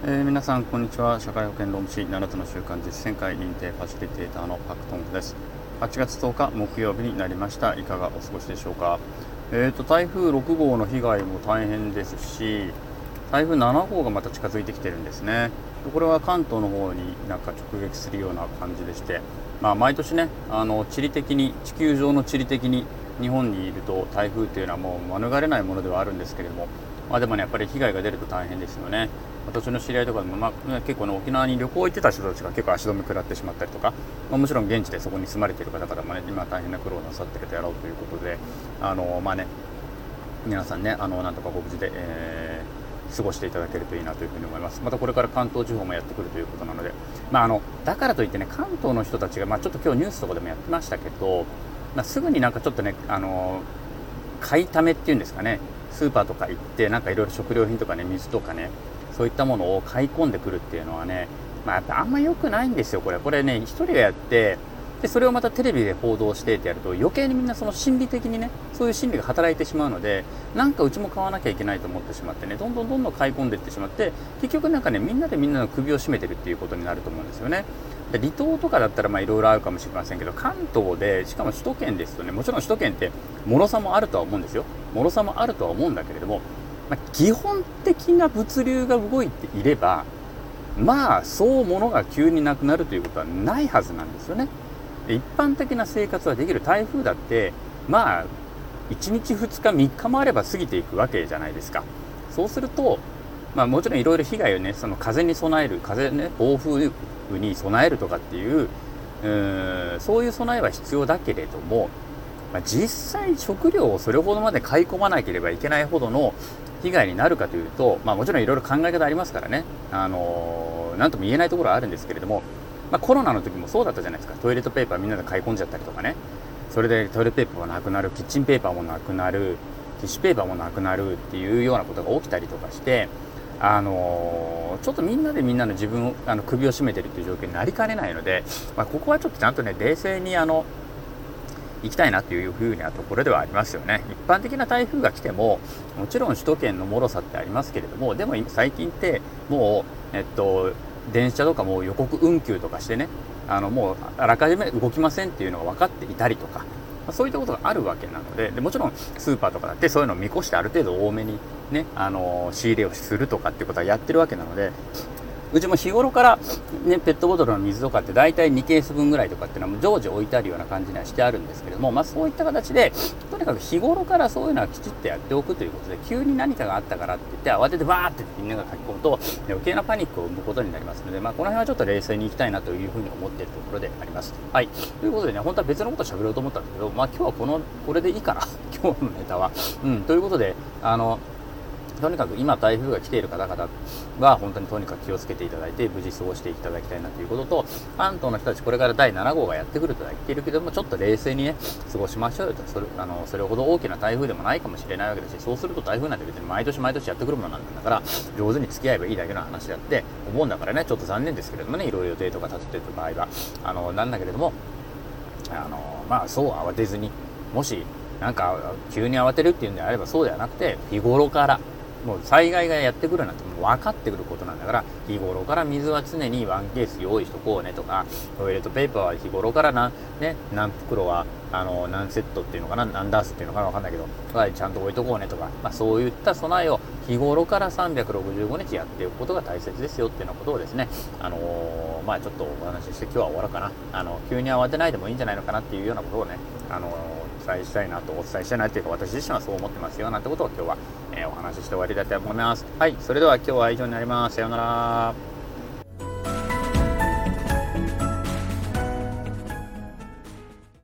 皆さんこんにちは。社会保険労務士7つの習慣実践会認定ファシリテーターのパクトンクです。8月10日木曜日になりました。いかがお過ごしでしょうか。台風6号の被害も大変ですし、台風7号がまた近づいてきてるんですね。これは関東の方になんか直撃するような感じでして、毎年ね、地球上の地理的に日本にいると台風というのはもう免れないものではあるんですけれども、でもね、やっぱり被害が出ると大変ですよね。私の知り合いとかでも、結構ね、沖縄に旅行行ってた人たちが結構足止め食らってしまったりとか、もちろん現地でそこに住まれている方々もね、今大変な苦労をなさっているであろうということで、皆さんね、なんとかご無事で、過ごしていただけるといいなというふうに思います。またこれから関東地方もやってくるということなので、だからといってね、関東の人たちが、ちょっと今日ニュースとかでもやってましたけど、すぐになんかちょっとね、買いためっていうんですかね、スーパーとか行ってなんかいろいろ食料品とかね、水とかね、そういったものを買い込んでくるっていうのはね、やっぱあんま良くないんですよ。これね、一人がやってでそれをまたテレビで報道してってやると、余計にみんなその心理的にね、そういう心理が働いてしまうので、なんかうちも買わなきゃいけないと思ってしまってね、どんどん買い込んでいってしまって、結局なんかね、みんなでみんなの首を絞めてるっていうことになると思うんですよね。で離島とかだったらいろいろあるかもしれませんけど、関東でしかも首都圏ですとね、もちろん首都圏って脆さもあるとは思うんですよ。脆さもあるとは思うんだけれども、基本的な物流が動いていれば、そう物が急になくなるということはないはずなんですよね。で一般的な生活はできる。台風だって1日2日3日もあれば過ぎていくわけじゃないですか。そうすると、もちろんいろいろ被害をね、その風に備える、暴風雨に備えるとかっていう、そういう備えは必要だけれども、実際食料をそれほどまで買い込まなければいけないほどの被害になるかというと、もちろんいろいろ考え方ありますからね、なんとも言えないところはあるんですけれども、コロナの時もそうだったじゃないですか。トイレットペーパーみんなで買い込んじゃったりとかね、それでトイレットペーパーもなくなる、キッチンペーパーもなくなる、ティッシュペーパーもなくなるっていうようなことが起きたりとかして、ちょっとみんなでみんなの自分を首を絞めてるっていう状況になりかねないので、ここはちょっとちゃんとね、冷静に行きたいなというふうなところではありますよね。一般的な台風が来ても、もちろん首都圏の脆さってありますけれども、でも最近ってもう、電車とかも予告運休とかしてね、もうあらかじめ動きませんっていうのが分かっていたりとか、そういったことがあるわけなので、もちろんスーパーとかだってそういうのを見越してある程度多めにね、仕入れをするとかっていうことはやってるわけなので、うちも日頃からね、ペットボトルの水とかって大体2ケース分ぐらいとかっていうのは常時置いてあるような感じにはしてあるんですけれども、そういった形でとにかく日頃からそういうのはきちっとやっておくということで、急に何かがあったからって言って慌ててバーってみんなが書き込むと余計なパニックを生むことになりますので、この辺はちょっと冷静にいきたいなというふうに思っているところであります。はい。ということでね、本当は別のことを喋ろうと思ったんだけど、今日はこれでいいかな今日のネタは。ということで、とにかく今台風が来ている方々は本当にとにかく気をつけていただいて無事過ごしていただきたいなということと、関東の人たちこれから第7号がやってくるとは言っているけども、ちょっと冷静にね過ごしましょうよと。それほど大きな台風でもないかもしれないわけだし、そうすると台風なんて別に毎年毎年やってくるものなんだから、上手に付き合えばいいだけの話であって思うんだからね、ちょっと残念ですけれどもね、いろいろ予定とか立ててる場合はなんだけれども、そう慌てずに、もしなんか急に慌てるっていうんであればそうではなくて、日頃からもう災害がやってくるなんてもう分かってくることなんだから、日頃から水は常にワンケース用意しとこうねとか、トイレットペーパーは日頃から何袋は何セットっていうのかな、何ダースっていうのかな、分かんないけどちゃんと置いとこうねとか、そういった備えを日頃から365日やっておくことが大切ですよっていうようなことをですね、ちょっとお話しして今日は終わろうかな。急に慌てないでもいいんじゃないのかなっていうようなことをね、お伝えしたいなというか、私自身はそう思ってますよなんてことを今日は、お話しして終わりたいと思います。はい、それでは今日は以上になります。さようなら。